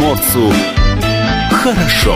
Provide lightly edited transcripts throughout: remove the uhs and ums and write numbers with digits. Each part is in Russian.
комсомольцу хорошо.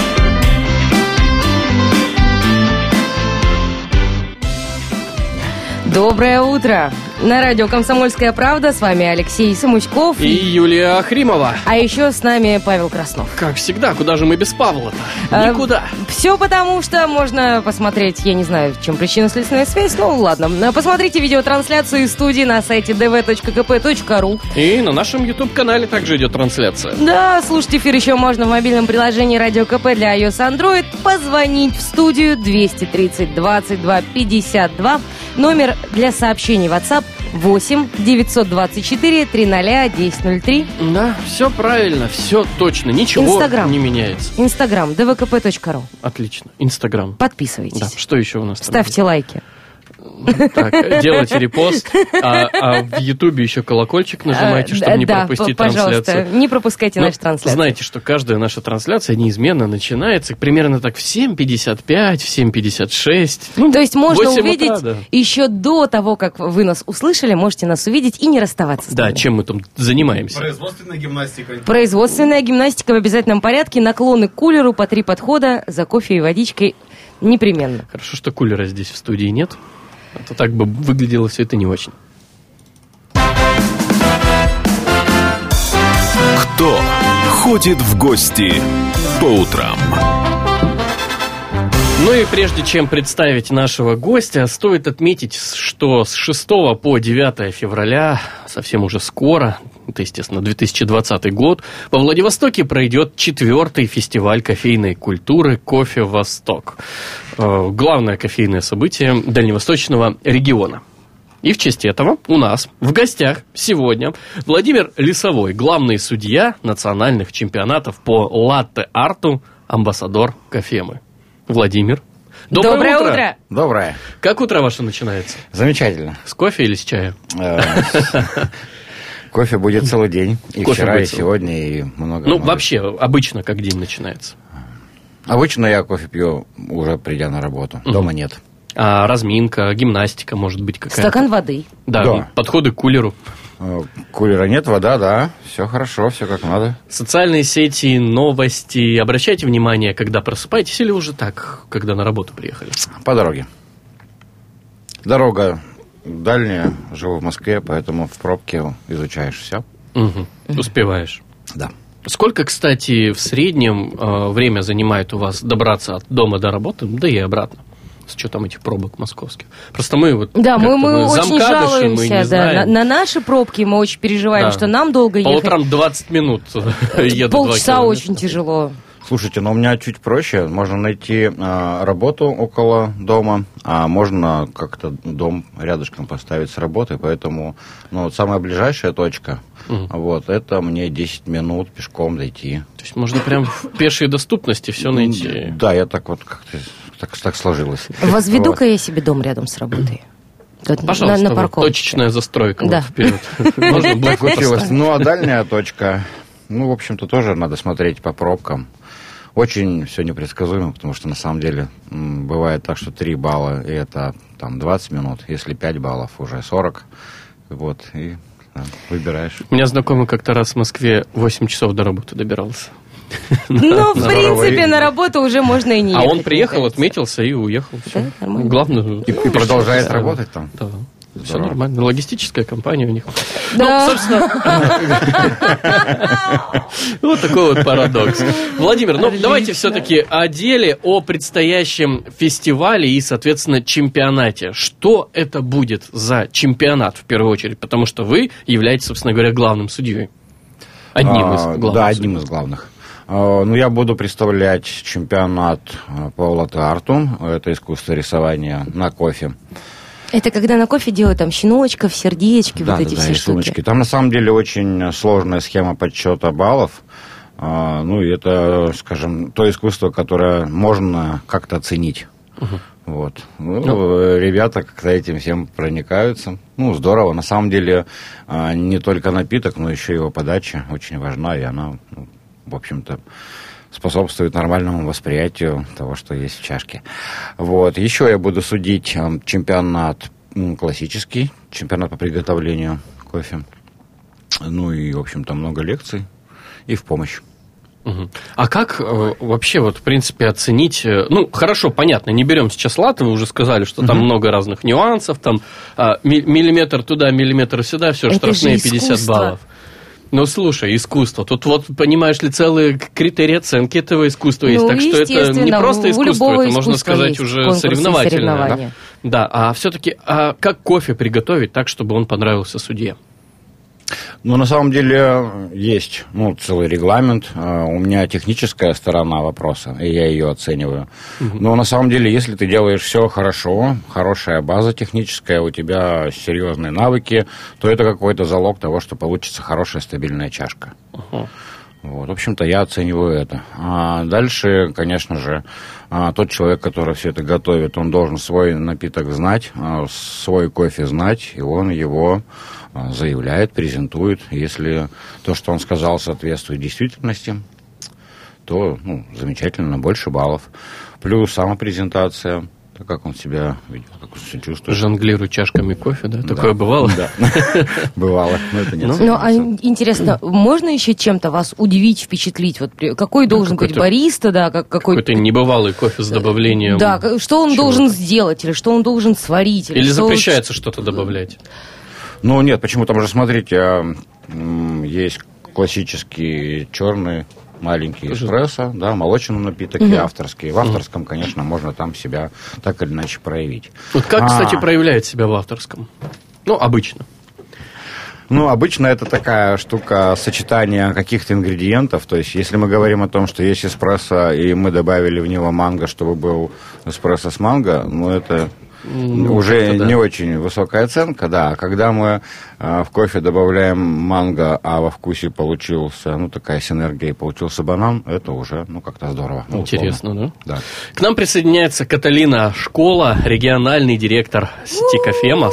Доброе утро! На радио «Комсомольская правда» с вами Алексей Самуськов и Юлия Хримова. А еще с нами Павел Краснов. Как всегда, куда же мы без Павла-то? Никуда. Все потому, что можно посмотреть, я не знаю, в чем причинно-следственная связь, ну ладно. Посмотрите видеотрансляцию из студии на сайте dv.kp.ru. И на нашем YouTube-канале также идет трансляция. Да, слушать эфир еще можно в мобильном приложении «Радио КП» для iOS и Android. Позвонить в студию 230 22 52. Номер для сообщений WhatsApp 8 924 300 1003. Да, все правильно, все точно, ничего не меняется. Инстаграм, dvkp.ru. Отлично, Инстаграм. Подписывайтесь. Да, что еще у нас? Ставьте лайки. Так, делайте репост, а в Ютубе еще колокольчик нажимайте, чтобы не пропустить трансляцию. Пожалуйста, не пропускайте наши трансляции. Знаете, что каждая наша трансляция неизменно начинается примерно так в 7:55, в 7:56. То есть можно увидеть еще до того, как вы нас услышали, можете нас увидеть и не расставаться с нами. Да, чем мы там занимаемся. Производственная гимнастика. Производственная гимнастика в обязательном порядке, наклоны к кулеру по 3 подхода, за кофе и водичкой непременно. Хорошо, что кулера здесь в студии нет. А то так бы выглядело все это не очень. Кто ходит в гости по утрам? Ну и прежде чем представить нашего гостя, стоит отметить, что с 6 по 9 февраля, совсем уже скоро, это, естественно, 2020 год, во Владивостоке пройдет 4-й фестиваль кофейной культуры «Кофе Восток». Главное кофейное событие дальневосточного региона. И в честь этого у нас в гостях сегодня Владимир Лисовой, главный судья национальных чемпионатов по латте-арту, амбассадор Кофемы. Владимир, доброе утро! Доброе. Как утро ваше начинается? Замечательно. С кофе или с чаем? Кофе будет целый день. И вчера, и сегодня, и много. Ну, вообще, обычно как день начинается? Обычно я кофе пью, уже придя на работу. Дома нет. А разминка, гимнастика, может быть, какая-то? Стакан воды. Да. Подходы к кулеру. Кулера нет, вода, да. Все хорошо, все как надо. Социальные сети, новости. Обращайте внимание, когда просыпаетесь, или уже так, когда на работу приехали? По дороге. Дорога дальняя, живу в Москве, поэтому в пробке изучаешь все. Успеваешь. Да. Сколько, кстати, в среднем время занимает у вас добраться от дома до работы, да и обратно? С учетом этих пробок московских. Просто мы вот... Да, мы очень жалуемся на наши пробки, мы очень переживаем, что нам долго ехать. По утрам 20 минут еду 2 полчаса километра. очень тяжело. Слушайте, но у меня чуть проще. Можно найти работу около дома, а можно как-то дом рядышком поставить с работой. Поэтому самая ближайшая точка, это мне 10 минут пешком дойти. То есть можно прям в пешей доступности все найти? Да, я так вот как-то так сложилось. Возведу-ка я себе дом рядом с работой. Пожалуйста, на парковке. Точечная застройка. Да. Вперед. Можно блок поставить. Ну, а дальняя точка, в общем-то, тоже надо смотреть по пробкам. Очень все непредсказуемо, потому что, на самом деле, бывает так, что 3 балла, и это 20 минут. Если 5 баллов, уже 40. Вот, и выбираешь. У меня знакомый как-то раз в Москве 8 часов до работы добирался. Ну, в принципе, на работу уже можно и не ехать. А он приехал, отметился и уехал. Все. Главное, и продолжает работать там. Да. Все нормально. Логистическая компания у них. Да. Ну, собственно, вот такой вот парадокс. Владимир, давайте все-таки о деле, о предстоящем фестивале и, соответственно, чемпионате. Что это будет за чемпионат, в первую очередь? Потому что вы являетесь, собственно говоря, главным судьей. Одним из главных. Да, одним из главных. Я буду представлять чемпионат по латте-арту. Это искусство рисования на кофе. Это когда на кофе делают там щеночков, сердечки, вот эти все рисуночки. штуки. Там на самом деле очень сложная схема подсчета баллов. И это, скажем, то искусство, которое можно как-то оценить. Вот. Ребята как-то этим всем проникаются. Здорово. На самом деле не только напиток, но еще и его подача очень важна, и она, в общем-то, способствует нормальному восприятию того, что есть в чашке. Вот. Еще я буду судить чемпионат классический, чемпионат по приготовлению кофе. И, в общем-то, много лекций и в помощь. А как вообще, вот, в принципе, оценить... Ну, хорошо, понятно, не берем сейчас латы, вы уже сказали, что там много разных нюансов, там миллиметр туда, миллиметр сюда, все, штрафные 50 баллов. Ну, слушай, искусство. Тут вот, понимаешь ли, целые критерии оценки этого искусства есть. Так что это не просто искусство, это, можно сказать, уже соревновательное. Да, а все-таки, как кофе приготовить так, чтобы он понравился судье? Ну, на самом деле, есть целый регламент. У меня техническая сторона вопроса, и я ее оцениваю. Но на самом деле, если ты делаешь все хорошо, хорошая база техническая, у тебя серьезные навыки, то это какой-то залог того, что получится хорошая стабильная чашка. Вот, в общем-то, я оцениваю это. А дальше, конечно же, тот человек, который все это готовит, он должен свой напиток знать, свой кофе знать, и он его заявляет, презентует. Если то, что он сказал, соответствует действительности, то замечательно, больше баллов. Плюс самопрезентация, как он себя ведет, как он себя чувствует. Жонглирует чашками кофе, да? Такое бывало? Да, бывало, но это не а интересно, можно еще чем-то вас удивить, впечатлить? Вот какой должен быть бариста, да? Какой-то небывалый кофе с добавлением... Да, что он должен сделать, или что он должен сварить? Или запрещается что-то добавлять? Ну, нет, почему? Там же, смотрите, есть классический черный маленький эспрессо, да, молочный напиток и авторский. В авторском, конечно, можно там себя так или иначе проявить. Вот как, кстати, проявляет себя в авторском? Ну, обычно. Ну, обычно это такая штука сочетания каких-то ингредиентов. То есть, если мы говорим о том, что есть эспрессо, и мы добавили в него манго, чтобы был эспрессо с манго, это... уже не очень высокая оценка, да. Когда мы в кофе добавляем манго, а во вкусе получился, такая синергия, получился банан, это уже, как-то здорово. Интересно, условно. Да? К нам присоединяется Каталина Школа, региональный директор сети Кофема,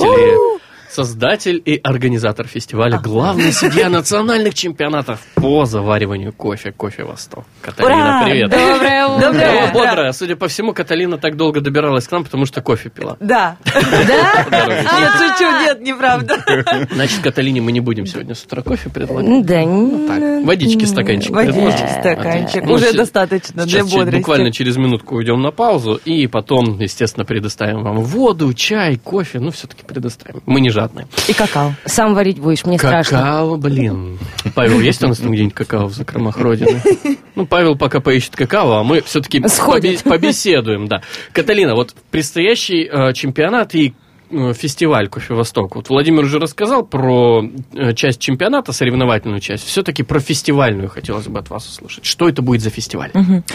создатель и организатор фестиваля, главный судья национальных чемпионатов по завариванию кофе «Кофе Восток». Каталина, привет. Доброе утро. Бодрая. Судя по всему, Каталина так долго добиралась к нам, потому что кофе пила. Да. Да? Нет, шучу, нет, неправда. Значит, Каталине мы не будем сегодня с утра кофе предлагать. Да. Так, водички стаканчик. Водички стаканчик. Уже достаточно для бодрости. Буквально через минутку уйдем на паузу, и потом, естественно, предоставим вам воду, чай, кофе. Все-таки предоставим. Мы не жадные. И какао. Сам варить будешь, мне страшно. Какао, блин. Павел, есть у нас там где-нибудь какао в закромах Родины? Павел пока поищет какао, а мы все-таки побеседуем. Да. Каталина, вот предстоящий чемпионат и фестиваль «Кофе Восток». Вот Владимир уже рассказал про часть чемпионата, соревновательную часть. Все-таки про фестивальную хотелось бы от вас услышать. Что это будет за фестиваль?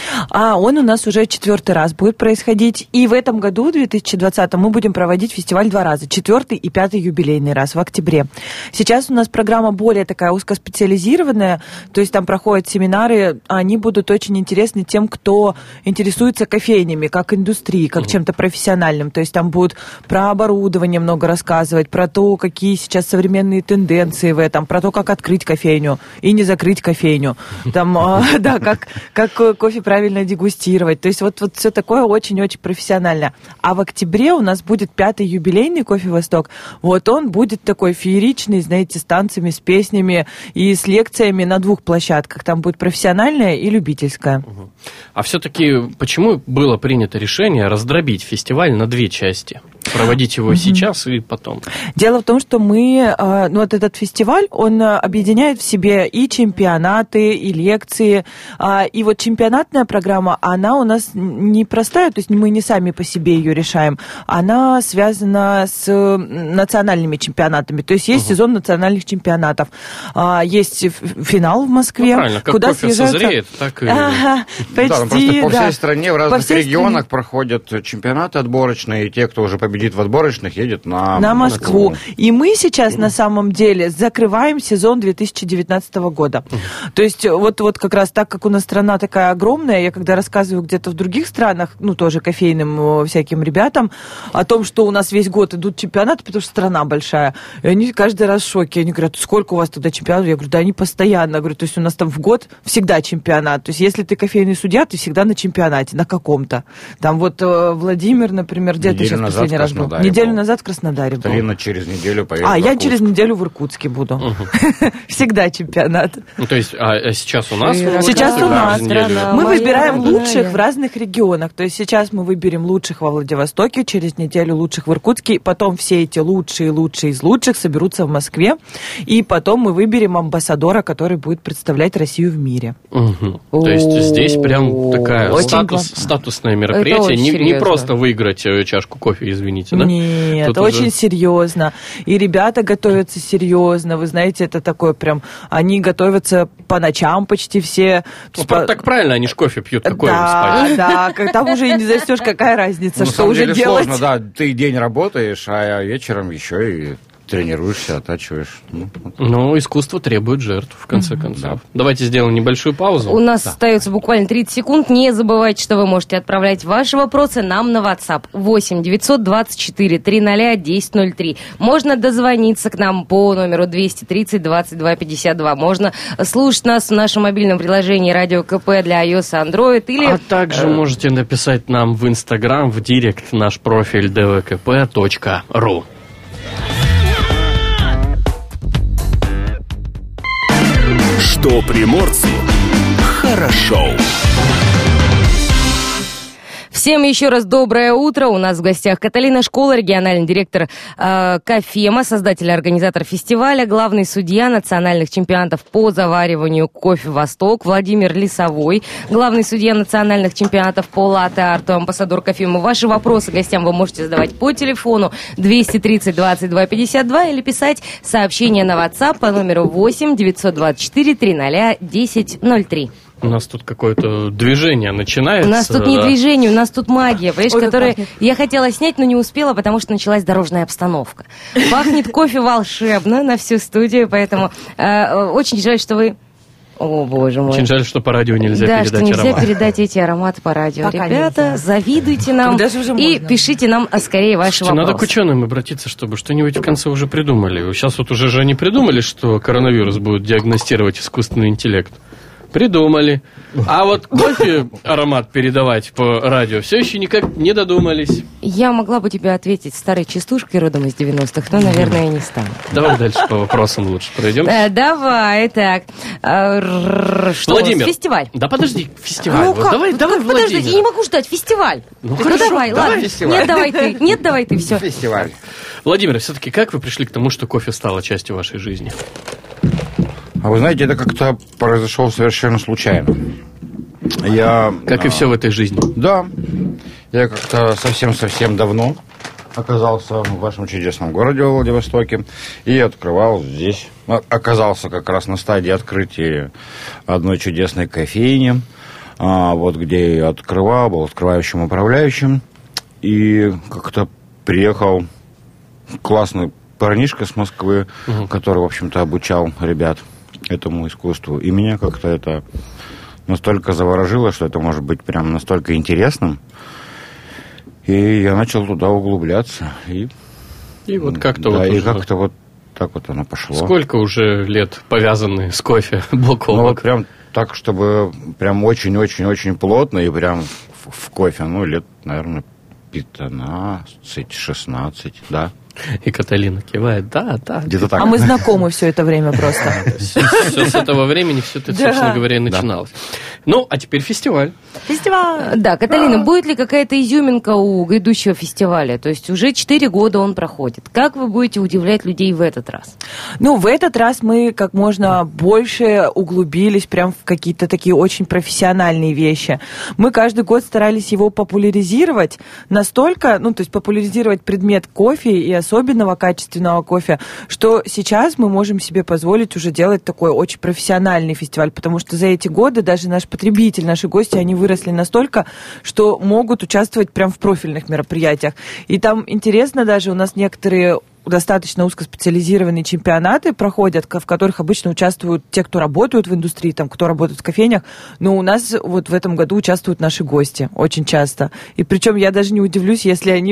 Он у нас уже 4-й раз будет происходить. И в этом году, 2020, мы будем проводить фестиваль 2 раза. 4-й и 5-й юбилейный раз в октябре. Сейчас у нас программа более такая узкоспециализированная. То есть там проходят семинары. Они будут очень интересны тем, кто интересуется кофейнями, как индустрией, как чем-то профессиональным. То есть там будут про оборудование много рассказывать, про то, какие сейчас современные тенденции в этом, про то, как открыть кофейню и не закрыть кофейню. Там, да, как кофе правильно дегустировать. То есть вот все такое очень-очень профессионально. А в октябре у нас будет 5-й юбилейный «Кофе Восток». Вот он будет такой фееричный, знаете, с танцами, с песнями и с лекциями на 2 площадках. Там будет профессиональная и любительская. А все-таки почему было принято решение раздробить фестиваль на 2 части? Проводить его сейчас и потом. Дело в том, что мы, вот этот фестиваль, он объединяет в себе и чемпионаты, и лекции. И вот чемпионатная программа, она у нас непростая, то есть мы не сами по себе ее решаем. Она связана с национальными чемпионатами. То есть есть сезон национальных чемпионатов. Есть финал в Москве. Правильно, как куда кофе созреет, так и... Почти, просто по всей стране, в разных регионах проходят чемпионаты отборочные, и те, кто уже победит в отборочных, едет на Москву. И мы сейчас на самом деле закрываем сезон 2019 года. То есть вот как раз так, как у нас страна такая огромная, я когда рассказываю где-то в других странах, тоже кофейным всяким ребятам, о том, что у нас весь год идут чемпионаты, потому что страна большая, и они каждый раз в шоке. Они говорят, сколько у вас тогда чемпионатов? Я говорю, да они постоянно. Я говорю, то есть у нас там в год всегда чемпионат. То есть если ты кофейный судья, ты всегда на чемпионате, на каком-то. Там вот Владимир, например, где ты сейчас последний раз раз был. Неделю назад в Краснодаре был. Катерина через неделю поедет. Я через неделю в Иркутске буду. Всегда чемпионат. Ну, то есть, сейчас у нас? Сейчас у нас. Мы выбираем лучших в разных регионах. То есть сейчас мы выберем лучших во Владивостоке, через неделю лучших в Иркутске, потом все эти лучшие из лучших соберутся в Москве, и потом мы выберем амбассадора, который будет представлять Россию в мире. То есть здесь прям такая статусное мероприятие, не просто выиграть чашку кофе, извините, да? Нет, это очень серьезно. И ребята готовятся серьезно, вы знаете, это такое прям, они готовятся по ночам почти все. Так правильно, они ж кофе пьют, какой им спать? Да, там уже и не заснешь, какая разница, что уже делать. Сложно, да, ты день работаешь, а вечером еще и тренируешься, оттачиваешь. Ну, искусство требует жертв, в конце концов. Да. Давайте сделаем небольшую паузу. У нас остается буквально 30 секунд. Не забывайте, что вы можете отправлять ваши вопросы нам на WhatsApp 8 924 300 1003. Можно дозвониться к нам по номеру 230 22 52. Можно слушать нас в нашем мобильном приложении Радио КП для iOS и Android. А также можете написать нам в Instagram, в директ наш профиль dvkp.ru. Что приморцу хорошо. Всем еще раз доброе утро. У нас в гостях Каталина Школа, региональный директор Кофема, создатель и организатор фестиваля, главный судья национальных чемпионатов по завариванию кофе «Восток» Владимир Лисовой, главный судья национальных чемпионатов по латте-арту, амбассадор Кофема. Ваши вопросы гостям вы можете задавать по телефону 230 22 52 или писать сообщение на WhatsApp по номеру 8 924 300 1003. У нас тут какое-то движение начинается. У нас тут не движение, у нас тут магия, понимаешь, которую я хотела снять, но не успела, потому что началась дорожная обстановка. Пахнет кофе волшебно на всю студию, поэтому очень жаль, что вы... О, боже мой. Очень жаль, что по радио нельзя передать аромат. Да, что нельзя передать эти ароматы по радио. Пока ребята, нельзя. завидуйте нам и пишите нам скорее ваши вопросы. Надо к ученым обратиться, чтобы что-нибудь в конце уже придумали. Сейчас вот уже же они придумали, что коронавирус будет диагностировать искусственный интеллект. Придумали. А вот кофе аромат передавать по радио все еще никак не додумались. Я могла бы тебе ответить старой частушкой родом из 90-х, но, наверное, не стану. Давай дальше по вопросам лучше пройдем. Давай, так. Что Владимир. Фестиваль. Да подожди, фестиваль. Ну Вот как? давай, Подожди, Владимир. я не могу ждать. Фестиваль. Ну хорошо, давай, давай ладно. фестиваль. Нет, давай ты, все. Фестиваль. Владимир, все-таки как вы пришли к тому, что кофе стало частью вашей жизни? А вы знаете, это как-то произошло совершенно случайно. Как и все в этой жизни. Да. Я как-то совсем давно оказался в вашем чудесном городе Владивостоке и открывал здесь. Оказался как раз на стадии открытия одной чудесной кофейни. Вот где я открывал, был открывающим управляющим. И как-то приехал классный парнишка с Москвы, который, в общем-то, обучал ребят этому искусству. И меня как-то это настолько заворожило, что это может быть прям настолько интересным. И я начал туда углубляться. И вот как-то да, вот и уже... как-то вот так вот оно пошло. Сколько уже лет повязаны с кофе бок о бок? Ну, вот прям так, чтобы прям очень-очень-очень плотно и прям в кофе. Ну, лет, наверное, 15-16, да. И Каталина кивает, да. Где-то так. А мы знакомы все это время просто. Все с этого времени, все это, собственно говоря, и начиналось. Ну, а теперь фестиваль. Фестиваль. Да, Каталина, будет ли какая-то изюминка у грядущего фестиваля? То есть уже 4 года он проходит. Как вы будете удивлять людей в этот раз? Ну, в этот раз мы как можно больше углубились прям в какие-то такие очень профессиональные вещи. Мы каждый год старались его популяризировать настолько, то есть популяризировать предмет кофе и особенного качественного кофе, что сейчас мы можем себе позволить уже делать такой очень профессиональный фестиваль, потому что за эти годы даже наш потребитель, наши гости, они выросли настолько, что могут участвовать прям в профильных мероприятиях. И там интересно даже, у нас некоторые достаточно узкоспециализированные чемпионаты проходят, в которых обычно участвуют те, кто работают в индустрии, кто работает в кофейнях, но у нас вот в этом году участвуют наши гости очень часто. И причем я даже не удивлюсь, если они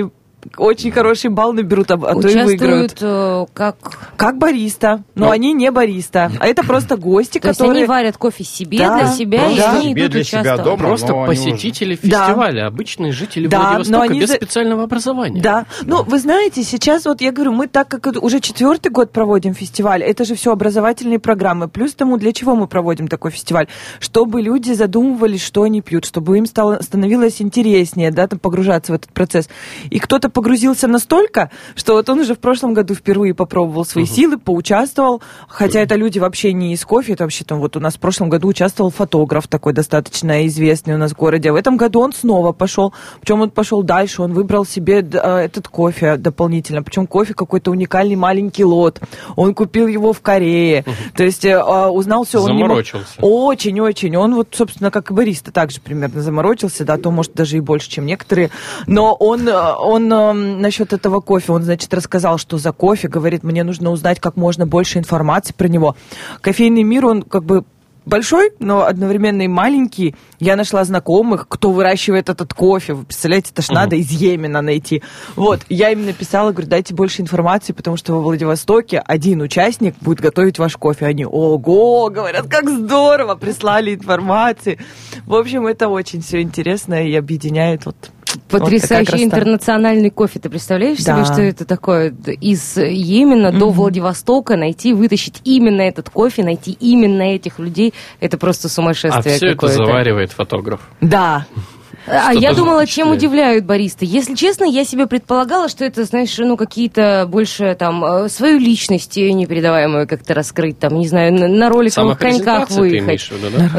очень хороший балл наберут, а то и выиграют. Участвуют как бариста, но они не бариста, а это просто гости, то которые... есть они варят кофе себе, для себя, и они идут для себя участвовать. дома, Просто но посетители фестиваля, обычные жители Да, но Владивостока они без специального образования. Да, ну, вы знаете, сейчас вот я говорю, мы так как уже 4-й год проводим фестиваль, это же все образовательные программы, плюс тому, для чего мы проводим такой фестиваль? Чтобы люди задумывались, что они пьют, чтобы им становилось интереснее, да, там, погружаться в этот процесс. И кто-то погрузился настолько, что вот он уже в прошлом году впервые попробовал свои силы, поучаствовал, хотя это люди вообще не из кофе, это вообще там вот у нас в прошлом году участвовал фотограф такой достаточно известный у нас в городе, а в этом году он снова пошел, причем он пошел дальше, он выбрал себе этот кофе дополнительно, причем кофе какой-то уникальный маленький лот, он купил его в Корее, то есть узнал все. Заморочился. Очень-очень, он вот, собственно, как и бариста, также примерно заморочился, да, то, может, даже и больше, чем некоторые, но он насчет этого кофе, он, значит, рассказал, что за кофе, говорит, мне нужно узнать как можно больше информации про него. Кофейный мир, он как бы большой, но одновременно и маленький. Я нашла знакомых, кто выращивает этот кофе. Вы представляете, это ж надо из Йемена найти. Вот, я им написала, говорю, дайте больше информации, потому что во Владивостоке один участник будет готовить ваш кофе. Они, ого, говорят, как здорово, прислали информации. В общем, это очень все интересно и объединяет вот. Потрясающий интернациональный кофе. Ты представляешь себе, что это такое? Из Йемена до Владивостока найти, вытащить именно этот кофе, найти именно этих людей. Это просто сумасшествие какое-то. А все какое-то. это заваривает фотограф. Да. А я думала, чем удивляют баристы. Если честно, я себе предполагала, что это, знаешь, ну, какие-то больше там свою личность непередаваемую как-то раскрыть, там, не знаю, на роликовых коньках выехать.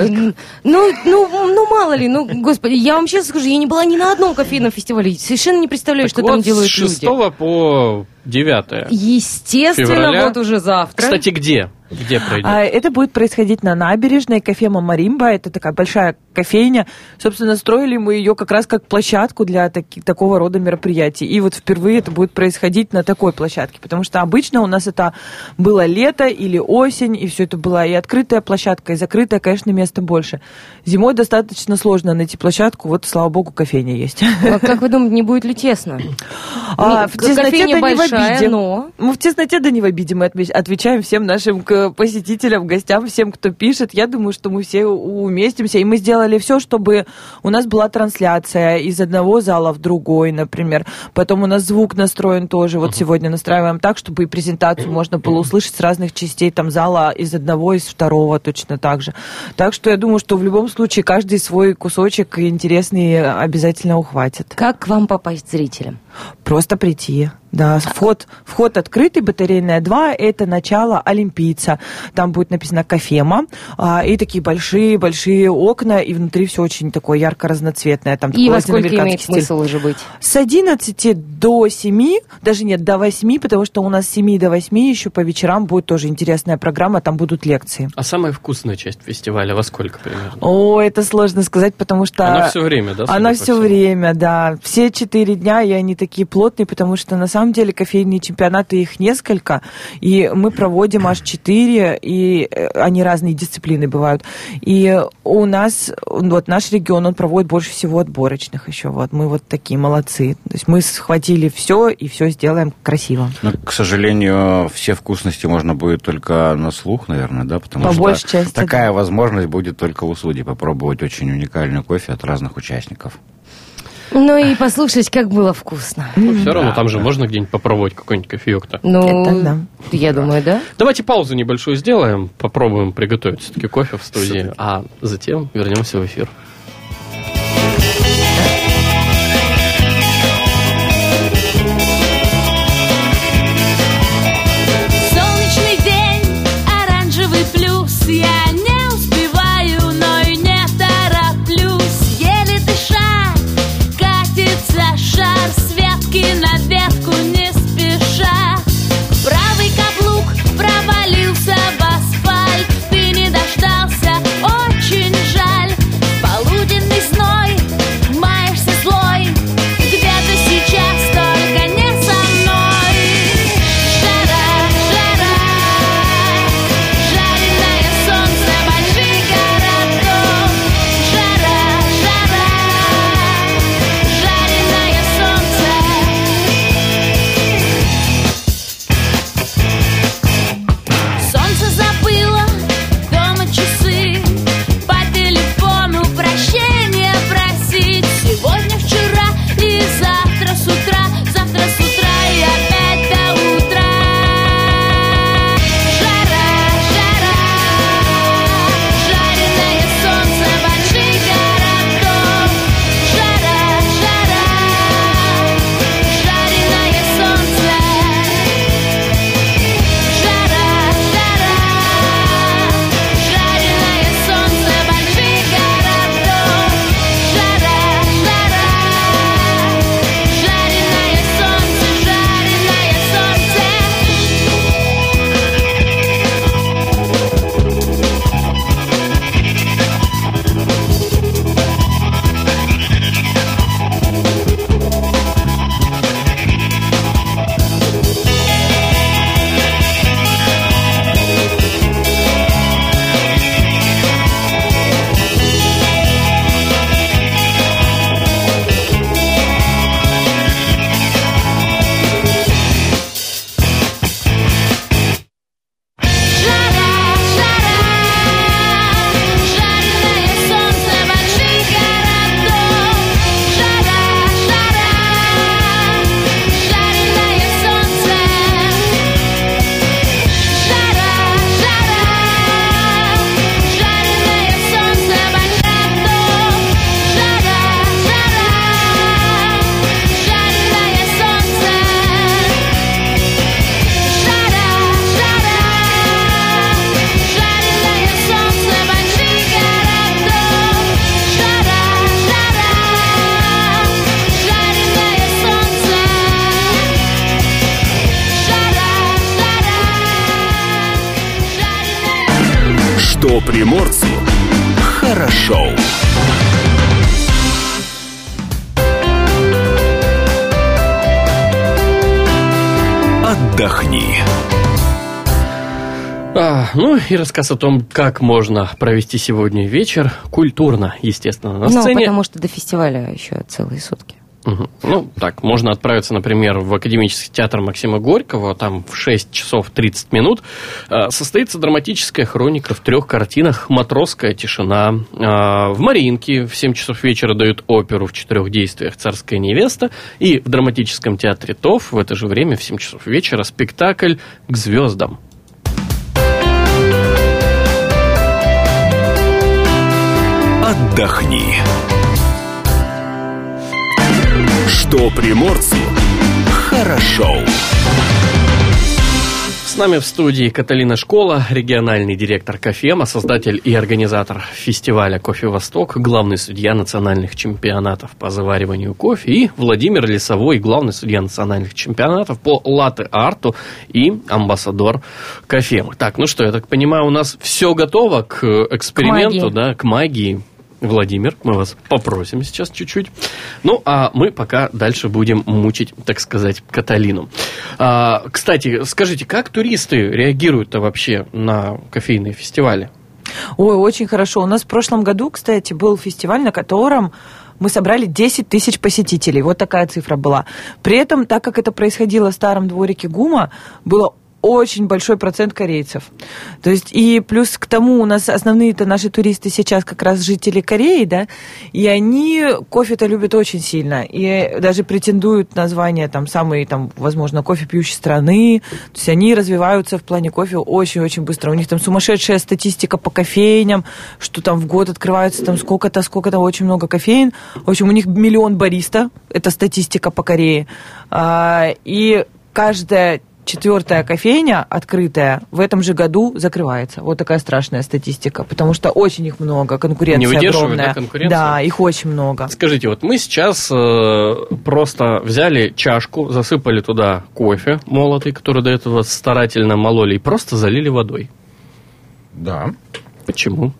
Ну, мало ли, ну, господи, я вам честно скажу, я не была ни на одном кофейном фестивале, совершенно не представляю, что там делают люди. С 6 по 9 Естественно, февраля. Вот уже завтра. Кстати, где? Где пройдет? Это будет происходить на набережной, кафе Маримба. Это такая большая кофейня. Собственно, строили мы ее как раз как площадку для такого рода мероприятий. И вот впервые это будет происходить на такой площадке. Потому что обычно у нас это было лето или осень, и все это была и открытая площадка, и закрытая, конечно, места больше. Зимой достаточно сложно найти площадку. Вот, слава богу, кофейня есть. А как вы думаете, не будет ли тесно? В тесноте да не в обиде. Но... Мы в тесноте да не в обиде. Мы отвечаем всем нашим посетителям, гостям, всем, кто пишет. Я думаю, что мы все уместимся. И мы сделали все, чтобы у нас была трансляция из одного зала в другой, например. Потом у нас звук настроен тоже. Вот сегодня настраиваем так, чтобы и презентацию можно было услышать с разных частей там зала, из одного, из второго точно так же. Так что я думаю, что в любом случае каждый свой кусочек интересный обязательно ухватит. Как к вам попасть зрителям? Просто прийти. Да, вход открытый, батарейная 2, это начало Олимпийца. Там будет написано «Кофема», и такие большие-большие окна, и внутри все очень такое ярко-разноцветное. Там и во сколько имеет смысл уже быть? С 11 до 7, даже нет, до 8, потому что у нас с 7 до 8 еще по вечерам будет тоже интересная программа, там будут лекции. А самая вкусная часть фестиваля во сколько примерно? О, это сложно сказать, потому что... Она все время, да? Она все время, да. Все 4 дня, и они такие плотные, потому что на самом деле кофейные чемпионаты, их несколько, и мы проводим аж 4, и они разные дисциплины бывают. И у нас, вот наш регион, он проводит больше всего отборочных еще. Вот мы вот такие молодцы. То есть мы схватили все, и все сделаем красиво. Но, к сожалению, все вкусности можно будет только на слух, наверное, да? Потому по что большей части, такая возможность будет только у судей попробовать очень уникальный кофе от разных участников. Ну и послушать, как было вкусно. Ну, все равно там же можно где-нибудь попробовать какой-нибудь кофеек-то. Ну, это да. Я думаю, да. Давайте паузу небольшую сделаем, попробуем приготовить все-таки кофе в студии, а затем вернемся в эфир. Солнечный день, оранжевый плюс, я не успеваю, но и не тороплюсь, еле дыша, катится шар с ветки на ветку не спеша. Правый каблук провалился в асфальт, ты не дождался, очень жаль. В Что приморцу хорошо. Отдохни. Ну и рассказ о том, как можно провести сегодня вечер культурно, естественно, на сцене. потому что до фестиваля еще целые сутки. Угу. Ну, так, можно отправиться, например, в Академический театр Максима Горького, там в 6 часов 30 минут состоится драматическая хроника в 3 картинах «Матросская тишина». В Мариинке в 7 часов вечера дают оперу в 4 действиях «Царская невеста», и в драматическом театре ТОВ в это же время в 7 часов вечера спектакль «К звездам». Отдохни. Что приморцу хорошо. С нами в студии Каталина Школа, региональный директор Кофема, создатель и организатор фестиваля «Кофе Восток», главный судья национальных чемпионатов по завариванию кофе, и Владимир Лесовой, главный судья национальных чемпионатов по латте-арту и амбассадор Кофемы. Так, ну что, я так понимаю, у нас все готово к эксперименту, к магии. Владимир, мы вас попросим сейчас чуть-чуть. Ну, а мы пока дальше будем мучить, так сказать, Каталину. Кстати, скажите, как туристы реагируют-то вообще на кофейные фестивали? Ой, очень хорошо. У нас в прошлом году, кстати, был фестиваль, на котором мы собрали 10 тысяч посетителей. Вот такая цифра была. При этом, так как это происходило в старом дворике ГУМа, было очень большой процент корейцев. То есть, и плюс к тому, у нас основные-то наши туристы сейчас как раз жители Кореи, да, и они кофе-то любят очень сильно, и даже претендуют на звание, там, самой, там, возможно, кофе пьющей страны, то есть они развиваются в плане кофе очень-очень быстро. У них там сумасшедшая статистика по кофейням, что там в год открываются там сколько-то, очень много кофеин. В общем, у них 1 миллион бариста, это статистика по Корее, и каждая 4-я кофейня, открытая, в этом же году закрывается. Вот такая страшная статистика, потому что очень их много, конкуренция не выдерживает, огромная. Да, конкуренция? Да, их очень много. Скажите, вот мы сейчас просто взяли чашку, засыпали туда кофе молотый, который до этого старательно мололи, и просто залили водой. Да. Почему?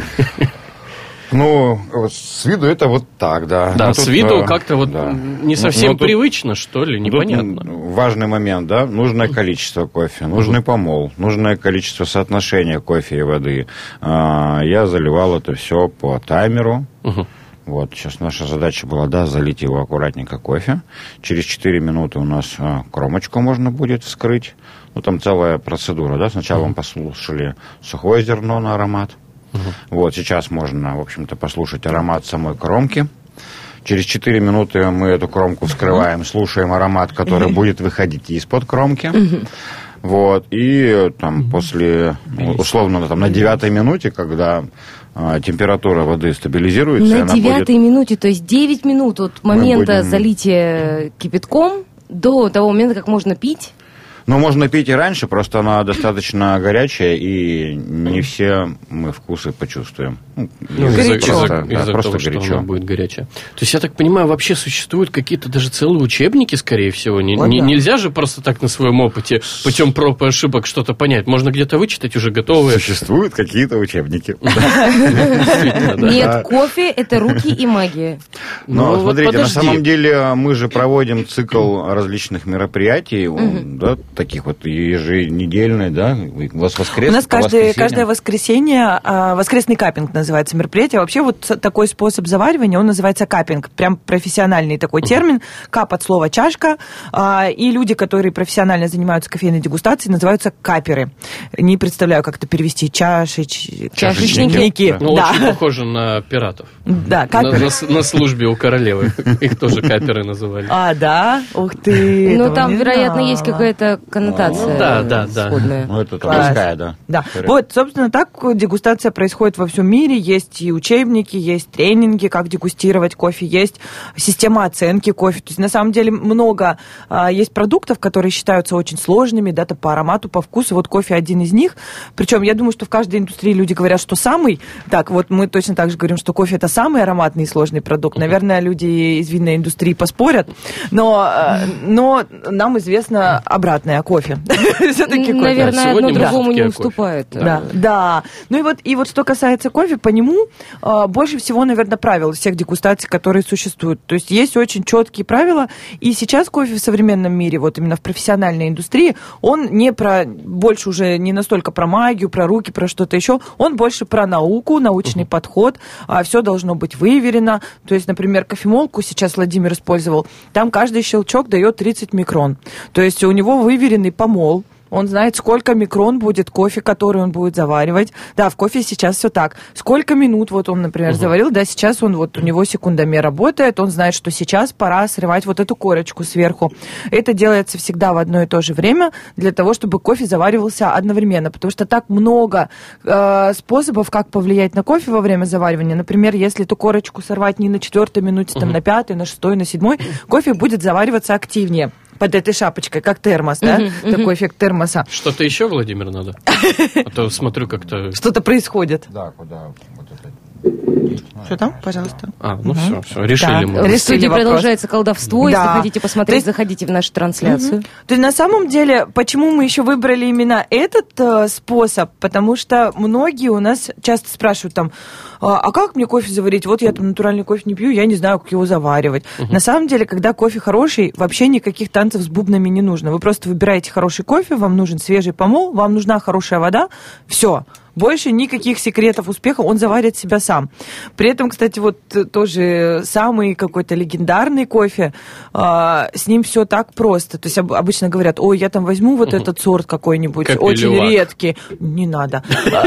Ну, с виду это вот так, да. Да, ну, с тут, виду как-то вот не совсем тут привычно, что ли, непонятно. Важный момент, да, нужное количество кофе, нужный помол, нужное количество соотношения кофе и воды. Я заливал это все по таймеру. Вот, сейчас наша задача была, залить его аккуратненько кофе. Через 4 минуты у нас кромочку можно будет вскрыть. Ну, там целая процедура, да. Сначала мы послушали сухое зерно на аромат. Вот, сейчас можно, в общем-то, послушать аромат самой кромки. Через 4 минуты мы эту кромку вскрываем, слушаем аромат, который будет выходить из-под кромки. Вот, и там после, условно, там, на 9-й минуте, когда температура воды стабилизируется... На 9-й минуте, то есть 9 минут от момента залития кипятком до того момента, как можно пить? Ну, можно пить и раньше, просто она достаточно горячая, и не все мы вкусы почувствуем. Из-за того, что она будет горячая. То есть, я так понимаю, вообще существуют какие-то даже целые учебники, скорее всего. Нельзя же просто так на своем опыте путем проб и ошибок что-то понять. Можно где-то вычитать уже готовые. Существуют какие-то учебники. Нет, кофе – это руки и магия. Но смотрите, на самом деле мы же проводим цикл различных мероприятий, да, таких вот еженедельные, да, у вас воскресенье. У нас каждое воскресенье, воскресный каппинг называется мероприятие. Вообще вот такой способ заваривания, он называется каппинг, прям профессиональный такой термин. Кап от слова чашка, и люди, которые профессионально занимаются кофейной дегустацией, называются каперы. Не представляю, как это перевести. Чашечники. Ну, очень похоже на пиратов. Да, каперы. На службе у королевы. Их тоже каперы называли. Да? Ух ты. Ну, там, вероятно, есть какая-то коннотация сходная. Ну, это такая, да. Да. Вот, собственно, так дегустация происходит во всем мире. Есть и учебники, есть тренинги, как дегустировать кофе, есть система оценки кофе. То есть, на самом деле, много есть продуктов, которые считаются очень сложными, да, по аромату, по вкусу. Вот кофе один из них. Причем, я думаю, что в каждой индустрии люди говорят, что самый. Так, вот мы точно так же говорим, что кофе – это самый ароматный и сложный продукт. Наверное, люди из винной индустрии поспорят. Но нам известно обратное приятное, а кофе. Все-таки кофе. Наверное, одно другому не уступает. Да. Ну и вот что касается кофе, по нему больше всего, наверное, правил всех дегустаций, которые существуют. То есть есть очень четкие правила, и сейчас кофе в современном мире, вот именно в профессиональной индустрии, он больше уже не настолько про магию, про руки, про что-то еще, он больше про науку, научный подход, все должно быть выверено. То есть, например, кофемолку сейчас Владимир использовал, там каждый щелчок дает 30 микрон. То есть у него выверенный помол. Он знает, сколько микрон будет кофе, который он будет заваривать. Да, в кофе сейчас все так. Сколько минут вот он, например, заварил, да, сейчас он вот у него секундомер работает, он знает, что сейчас пора срывать вот эту корочку сверху. Это делается всегда в одно и то же время для того, чтобы кофе заваривался одновременно, потому что так много способов, как повлиять на кофе во время заваривания. Например, если эту корочку сорвать не на 4-й минуте, там, на 5-й, на 6-й, на 7-й, кофе будет завариваться активнее. Под этой шапочкой, как термос, да? Такой эффект термоса. Что-то еще, Владимир, надо? А то смотрю, как-то... Что-то происходит. Да, куда вот это... Что там, пожалуйста? Все, решили мы. В студии продолжается колдовство. Да. Если хотите посмотреть, заходите в нашу трансляцию. То есть на самом деле, почему мы еще выбрали именно этот способ? Потому что многие у нас часто спрашивают там, а как мне кофе заварить? Вот я там натуральный кофе не пью, я не знаю, как его заваривать. На самом деле, когда кофе хороший, вообще никаких танцев с бубнами не нужно. Вы просто выбираете хороший кофе, вам нужен свежий помол, вам нужна хорошая вода, все. Больше никаких секретов успеха, он заварит себя сам. При этом, кстати, вот тоже самый какой-то легендарный кофе, с ним все так просто. То есть обычно говорят, ой, я там возьму вот этот сорт какой-нибудь, очень редкий. Не надо.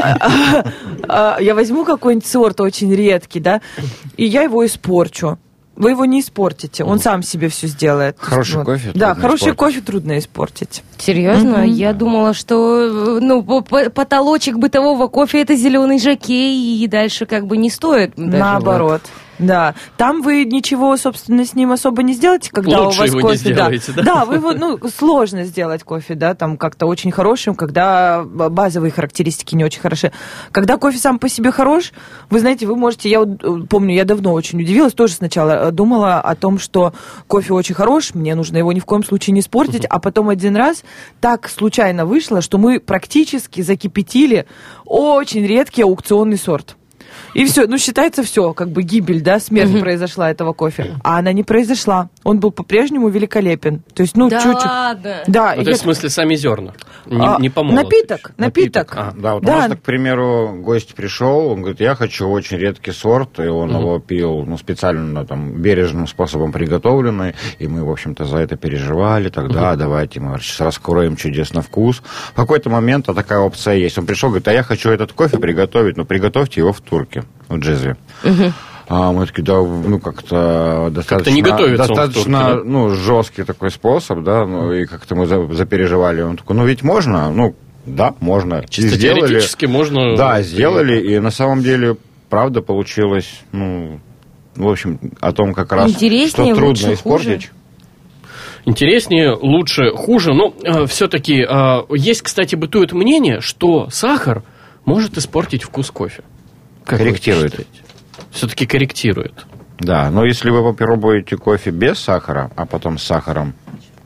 Я возьму какой-нибудь сорт очень редкий, да, и я его испорчу. Вы его не испортите, он сам себе все сделает. Хороший кофе трудно Да, хороший испортить. кофе трудно испортить. Серьезно? Я думала, что потолочек бытового кофе — это зеленый жокей, и дальше как бы не стоит. Наоборот. Да, там вы ничего, собственно, с ним особо не сделаете, когда лучше у вас его кофе. Не сделаете, да? Да, вы его, сложно сделать кофе, да, там как-то очень хорошим, когда базовые характеристики не очень хороши. Когда кофе сам по себе хорош, вы знаете, вы можете, я помню, я давно очень удивилась, тоже сначала думала о том, что кофе очень хорош, мне нужно его ни в коем случае не испортить, а потом один раз так случайно вышло, что мы практически закипятили очень редкий аукционный сорт. И все, считается все, как бы гибель, да, смерть произошла этого кофе. А она не произошла. Он был по-прежнему великолепен. То есть, чуть-чуть. Ладно. Да. То есть, в смысле, сами зерна? Не помолот? Напиток. Да, вот у нас, к примеру, гость пришел, он говорит, я хочу очень редкий сорт, и он его пил, специально, там, бережным способом приготовленный, и мы, в общем-то, за это переживали, тогда давайте мы раскроем чудесно вкус. В какой-то момент такая опция есть. Он пришел, говорит, а я хочу этот кофе приготовить, но приготовьте его в турке, в Джезве. Мы такие, да, как-то достаточно жесткий такой способ, да, и как-то мы запереживали. Он такой, ведь можно? Да, можно. Чисто теоретически можно. Да, сделали, и на самом деле, правда, получилось, в общем, о том как раз, что трудно испортить. Интереснее, лучше, хуже, но все-таки есть, кстати, бытует мнение, что сахар может испортить вкус кофе. Как корректирует. Все-таки корректирует. Да, но если вы попробуете кофе без сахара, а потом с сахаром,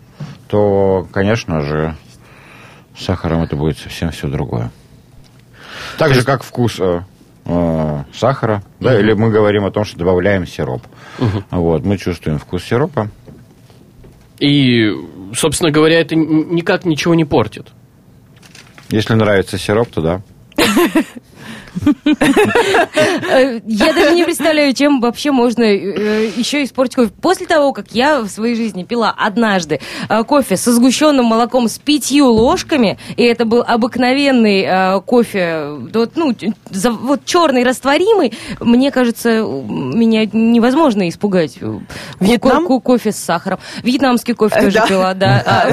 то, конечно же, с сахаром это будет совсем все другое. Так же, как вкус сахара, да, или мы говорим о том, что добавляем сироп. Вот, мы чувствуем вкус сиропа. И, собственно говоря, это никак ничего не портит. Если нравится сироп, то да. Я даже не представляю, чем вообще можно еще испортить кофе. После того, как я в своей жизни пила однажды кофе со сгущенным молоком с 5 ложками, и это был обыкновенный кофе, вот черный, растворимый, мне кажется, меня невозможно испугать. Кофе с сахаром. Вьетнамский кофе тоже пила, да.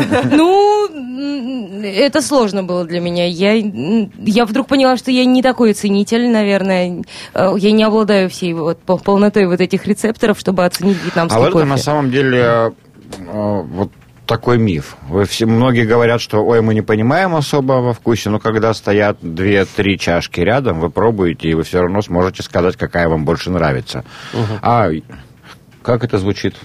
Это сложно было для меня. Я вдруг поняла, что я не такой ценитель, наверное. Я не обладаю всей полнотой вот этих рецепторов, чтобы оценить вьетнамский кофе. А это на самом деле вот такой миф. Многие говорят, что мы не понимаем особо во вкусе, но когда стоят 2-3 чашки рядом, вы пробуете, и вы все равно сможете сказать, какая вам больше нравится. А как это звучит?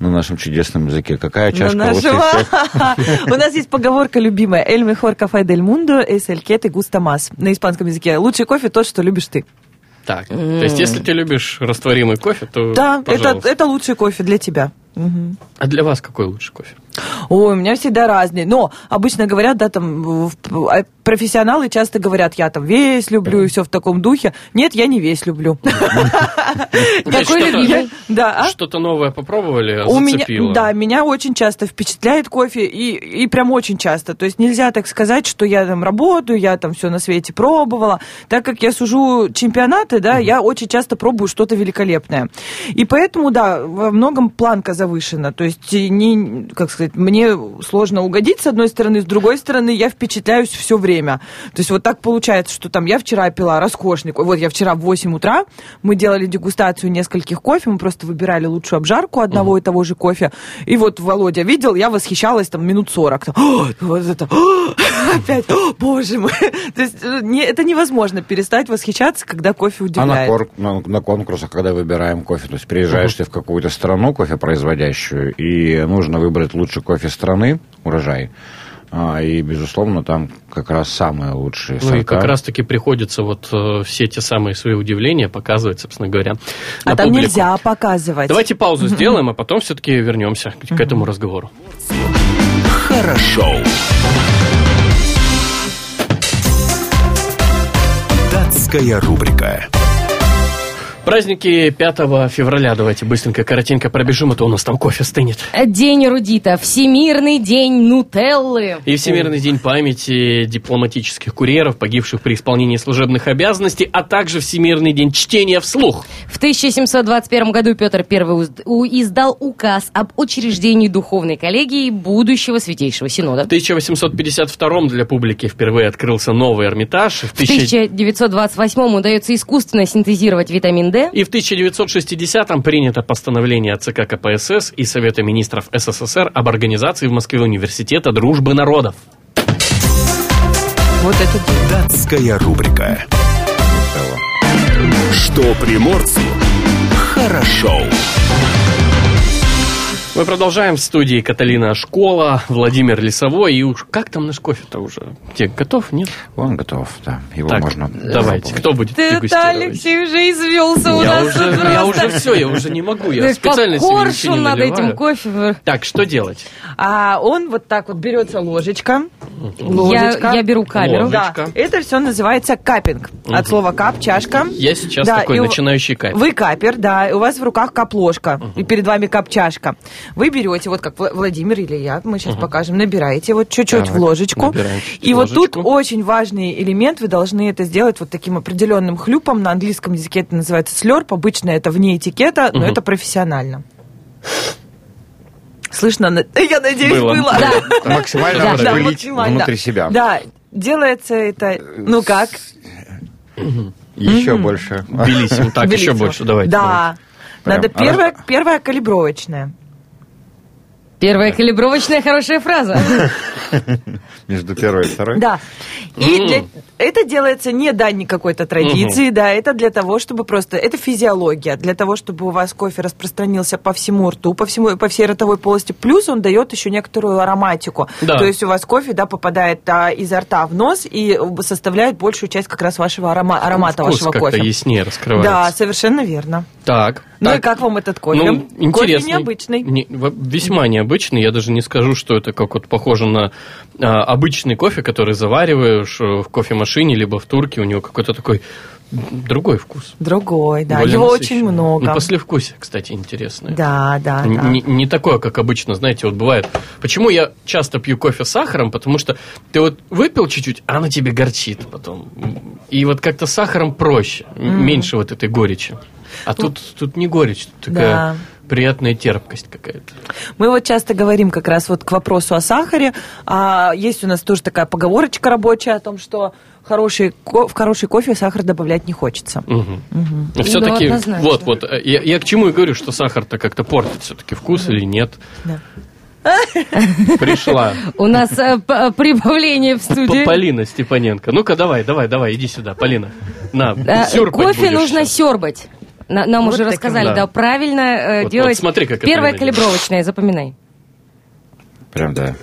на нашем чудесном языке. Какая На чашка лучше нашего. всех? У нас есть поговорка любимая. «El mejor café del mundo es el que te gusta más». На испанском языке. Лучший кофе тот, что любишь ты. Так, то есть, если ты любишь растворимый кофе, то, Да, пожалуйста. это лучший кофе для тебя. Мгм. А для вас какой лучший кофе? Ой, у меня всегда разные. Но обычно говорят, да, там, профессионалы часто говорят, я там весь люблю и все в таком духе. Нет, я не весь люблю. Какой Что-то- любимый? Да, а? Что-то новое попробовали, У меня, зацепило? да, меня очень часто впечатляет кофе, и прям очень часто. То есть нельзя так сказать, что я там работаю, я там все на свете пробовала. Так как я сужу чемпионаты, да, я очень часто пробую что-то великолепное. И поэтому, да, во многом планка завышена. То есть, как сказать, мне сложно угодить с одной стороны, с другой стороны, я впечатляюсь все время. То есть вот так получается, что там я вчера пила роскошный кофе. Вот я вчера в 8 утра, мы делали дегустацию нескольких кофе, мы просто выбирали лучшую обжарку одного и того же кофе. И вот Володя видел, я восхищалась там минут 40. Там, вот это, опять, боже мой. То есть это невозможно перестать восхищаться, когда кофе А удивляет. на конкурсах, когда выбираем кофе, то есть приезжаешь ты в какую-то страну кофепроизводящую, и нужно выбрать лучший кофе страны, урожай, и, безусловно, там как раз самые лучшие Ну и сорта. как раз-таки приходится вот все те самые свои удивления показывать, собственно говоря, А на там публику. нельзя показывать. Давайте паузу сделаем, а потом все-таки вернемся к этому разговору. Хорошо. Датская рубрика. Праздники 5 февраля. Давайте быстренько, коротенько пробежим, а то у нас там кофе стынет. День эрудита, Всемирный день нутеллы. И Всемирный день памяти дипломатических курьеров, погибших при исполнении служебных обязанностей, а также Всемирный день чтения вслух. В 1721 году Петр I издал указ об учреждении духовной коллегии будущего Святейшего Синода. В 1852 для публики впервые открылся новый Эрмитаж. В 1928 удается искусственно синтезировать витамин D. И в 1960-м принято постановление ЦК КПСС и Совета министров СССР об организации в Москве университета дружбы народов. Вот это день. Датская рубрика. Что приморцу хорошо. Мы продолжаем. В студии Каталина Школа, Владимир Лесовой. И уж как там наш кофе-то уже? Те готов, нет? Он готов, да. Его Так, можно давайте. попробовать. Кто будет Ты, дегустировать? Алексей, уже извелся у Я нас. уже все, я уже не могу. Я Как специально себе ничего коршун не над наливаю. этим кофе. Так, что делать? А он вот так вот берется ложечка. Ложечка. Я беру камеру. Ложечка. Да, это все называется капинг. От слова кап, чашка. Я сейчас Да, такой и начинающий кайф. Вы капер, да, и у вас в руках кап-ложка, и перед вами кап-чашка. Вы берете, вот как Владимир или я, мы сейчас покажем, набираете вот чуть-чуть Так, в ложечку. набираем чуть-чуть И вот тут ложечку. очень важный элемент, вы должны это сделать вот таким определенным хлюпом. На английском языке это называется слёрп, обычно это вне этикета, но это профессионально. Слышно? Я надеюсь, Было. было. Да. Максимально Да, распылить максимально. внутри себя. Да, делается это, ну как? Еще больше. Белиссимо. Так, еще Белиссимо. больше, давайте. Да. Прям Надо первая калибровочная. Первая калибровочная хорошая фраза. Между первой и второй. Да. И это делается не дань какой-то традиции, да, это для того, чтобы просто... Это физиология, для того, чтобы у вас кофе распространился по всему рту, по всей ротовой полости. Плюс он дает еще некоторую ароматику. Да. То есть у вас кофе, да, попадает изо рта в нос и составляет большую часть как раз вашего аромата Вкус вашего как-то кофе. яснее раскрывается. Да, совершенно верно. Так. Ну так. и как вам этот кофе? Ну, интересный. Кофе необычный. Весьма необычный. Я даже не скажу, что это как вот похоже на обычный кофе, который завариваешь в кофемашине, либо в турке. У него какой-то такой другой вкус. Другой, да. Более Его насыщенный. очень много. Ну, послевкусие, кстати, интересное. Да, да, да. Не такое, как обычно, знаете, вот бывает. Почему я часто пью кофе с сахаром? Потому что ты вот выпил чуть-чуть, а оно тебе горчит потом. И вот как-то с сахаром проще, меньше вот этой горечи. А тут не горечь, тут такая Да. приятная терпкость какая-то. Мы вот часто говорим как раз вот к вопросу о сахаре. Есть у нас тоже такая поговорочка рабочая о том, что в хороший кофе сахар добавлять не хочется. Но все-таки, Ну, однозначно. вот, я к чему и говорю, что сахар-то как-то портит все-таки вкус или нет. Да. Пришла. У нас прибавление в студии. Полина Степаненко. Ну-ка, давай, иди сюда, Полина. На, сюрпать Кофе будешь нужно сейчас. сербать. Нам Вот уже таким, рассказали, да. да, правильно Вот делать. смотри, как это Первое выглядит. калибровочное, запоминай. Прям, да.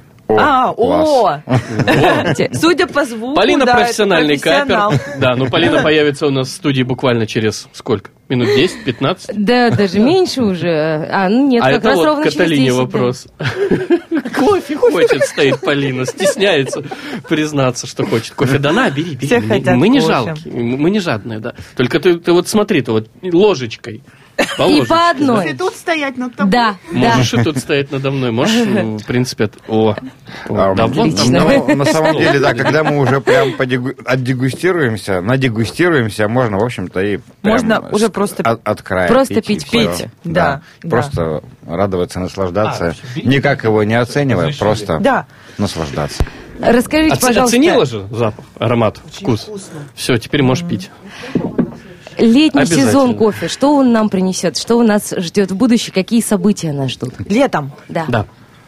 О! Судя по звуку, Полина да, профессиональный это профессионал. капер. Да, ну Полина появится у нас в студии буквально через сколько? Минут 10-15? Да, даже меньше уже. Нет, А как это раз вот ровно через Каталине 10, да. вопрос. Кофе хочет, стоит Полина. Стесняется признаться, что хочет. Кофе, да на, бери, Все бери. хотят Мы не кофе. жалкие, мы не жадные, да. Только ты вот смотри, ты вот ложечкой. По И ложечке. по одной. Тут стоять над тобой. Да, да. Можешь и тут стоять надо мной. Можешь, в принципе, да, вон там, Отлично. давай. Ну, на самом деле, да, когда мы уже прям надегустируемся, можно, в общем-то, и прям Можно уже просто от края просто и пить, всё. пить, да. Просто радоваться, наслаждаться. Никак его не оценивая, просто Да. наслаждаться. Расскажите, пожалуйста, Оценила же запах, аромат, вкус? Все, теперь можешь пить. летний Обязательно. сезон кофе, что он нам принесет, что у нас ждет в будущем, какие события нас ждут? Летом. Да.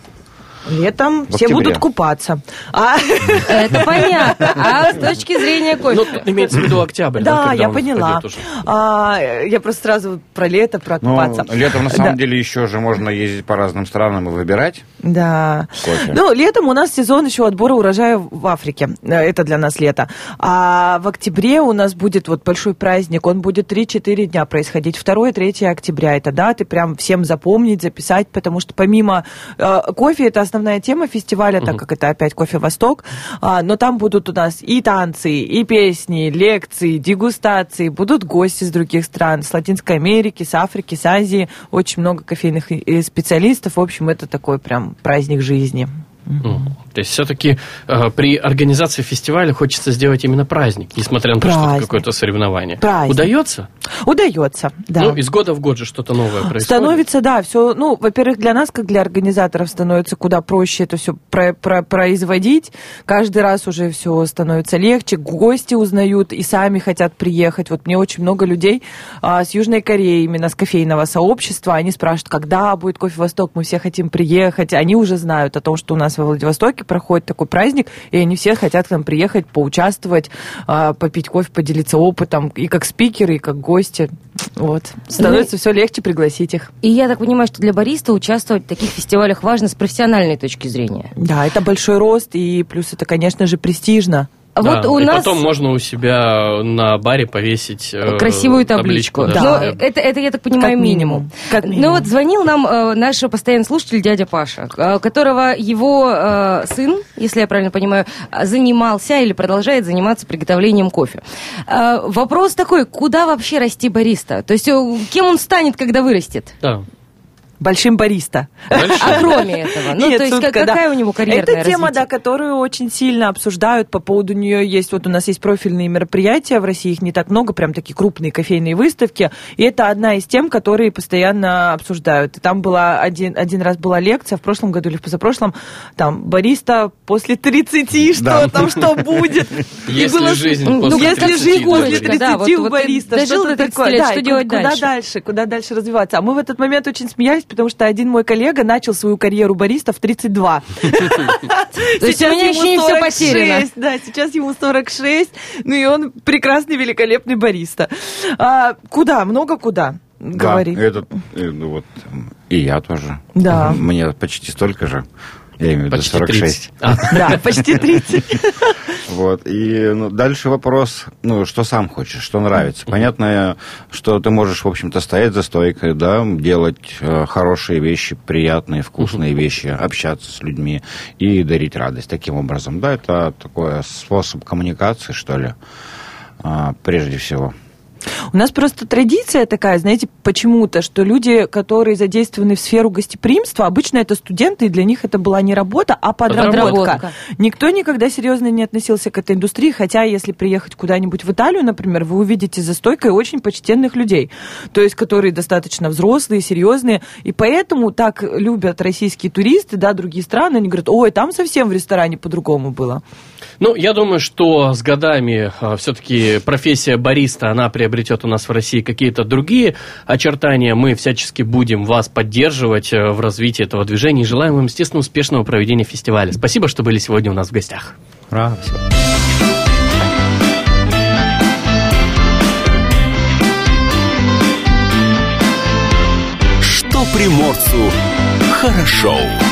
Летом В все октябре. будут купаться. Это понятно. А с точки зрения Ну, кофе? тут имеется в виду октябрь, да, Да, когда я он поняла. входит уже. Я просто сразу про лето, про Ну, купаться. летом, на самом Да. деле, еще же можно ездить по разным странам и выбирать Да. кофе. Ну, летом у нас сезон еще отбора урожая в Африке. Это для нас лето. А в октябре у нас будет вот большой праздник. Он будет 3-4 дня происходить. 2-3 октября. Это даты прям всем запомнить, записать, потому что помимо кофе, это основная тема фестиваля, так как это опять кофе Восток. Но там будут у нас и танцы, и песни, лекции, дегустации. Будут гости с других стран, с Латинской Америки, с Африки, с Азии. Очень много кофейных специалистов. В общем, это такой прям праздник жизни. То есть все-таки при организации фестиваля хочется сделать именно праздник, несмотря на то, что это Праздник. какое-то соревнование. Праздник. Удается? Удается, да. Ну, из года в год же что-то новое происходит. Становится, да, все, ну, во-первых, для нас, как для организаторов, становится куда проще это все производить. Каждый раз уже все становится легче, гости узнают и сами хотят приехать. Вот мне очень много людей с Южной Кореи, именно с кофейного сообщества, они спрашивают, когда будет кофе Восток, мы все хотим приехать. Они уже знают о том, что у нас во Владивостоке проходит такой праздник, и они все хотят к нам приехать, поучаствовать, попить кофе, поделиться опытом, и как спикеры, и как гости. Вот. Становится все легче пригласить их. И я так понимаю, что для бариста участвовать в таких фестивалях важно с профессиональной точки зрения. Да, это большой рост, и плюс это, конечно же, престижно. А Да, вот у и нас потом можно у себя на баре повесить красивую табличку. Да. Но это, я так понимаю, Как минимум. минимум. Как минимум. Ну вот звонил нам наш постоянный слушатель дядя Паша, которого его сын, если я правильно понимаю, занимался или продолжает заниматься приготовлением кофе. Вопрос такой, куда вообще расти бариста? То есть кем он станет, когда вырастет? Да. Большим бариста. А кроме этого? Ну, Нет, то есть шутка, какая да. у него карьерная Это тема, развитие? да, которую очень сильно обсуждают. По поводу нее есть, вот у нас есть профильные мероприятия в России, их не так много, прям такие крупные кофейные выставки. И это одна из тем, которые постоянно обсуждают. И там была один раз была лекция, в прошлом году или в позапрошлом, там, бариста после 30, что Да. там, что будет. И Есть было ли жизнь ну, после если 30, жизнь да, после да. 30 Да, вот у ты бариста, дожил что-то до 30 такое. лет, Да, что и делать куда дальше развиваться? А мы в этот момент очень смеялись, потому что один мой коллега начал свою карьеру бариста в 32. То есть у меня еще не все потеряно. Да, сейчас ему 46, ну и он прекрасный, великолепный бариста. Куда? Много куда? Говори. Да, вот, и я тоже. Да. Мне почти столько же. Я имею в виду Почти 46. 30. Да, почти 30. Вот. И дальше вопрос, что сам хочешь, что нравится. Понятно, что ты можешь, в общем-то, стоять за стойкой, да, делать хорошие вещи, приятные, вкусные вещи, общаться с людьми и дарить радость таким образом. Да, это такой способ коммуникации, что ли, прежде всего. У нас просто традиция такая, знаете, почему-то, что люди, которые задействованы в сферу гостеприимства, обычно это студенты, и для них это была не работа, а подработка. Подработка. Никто никогда серьезно не относился к этой индустрии, хотя если приехать куда-нибудь в Италию, например, вы увидите за стойкой очень почтенных людей, то есть которые достаточно взрослые, серьезные, и поэтому так любят российские туристы, да, другие страны, они говорят, ой, там совсем в ресторане по-другому было. Ну, я думаю, что с годами все-таки профессия бариста, она приобретет у нас в России какие-то другие очертания. Мы всячески будем вас поддерживать в развитии этого движения и желаем вам, естественно, успешного проведения фестиваля. Спасибо, что были сегодня у нас в гостях. Ура! приморцу хорошо.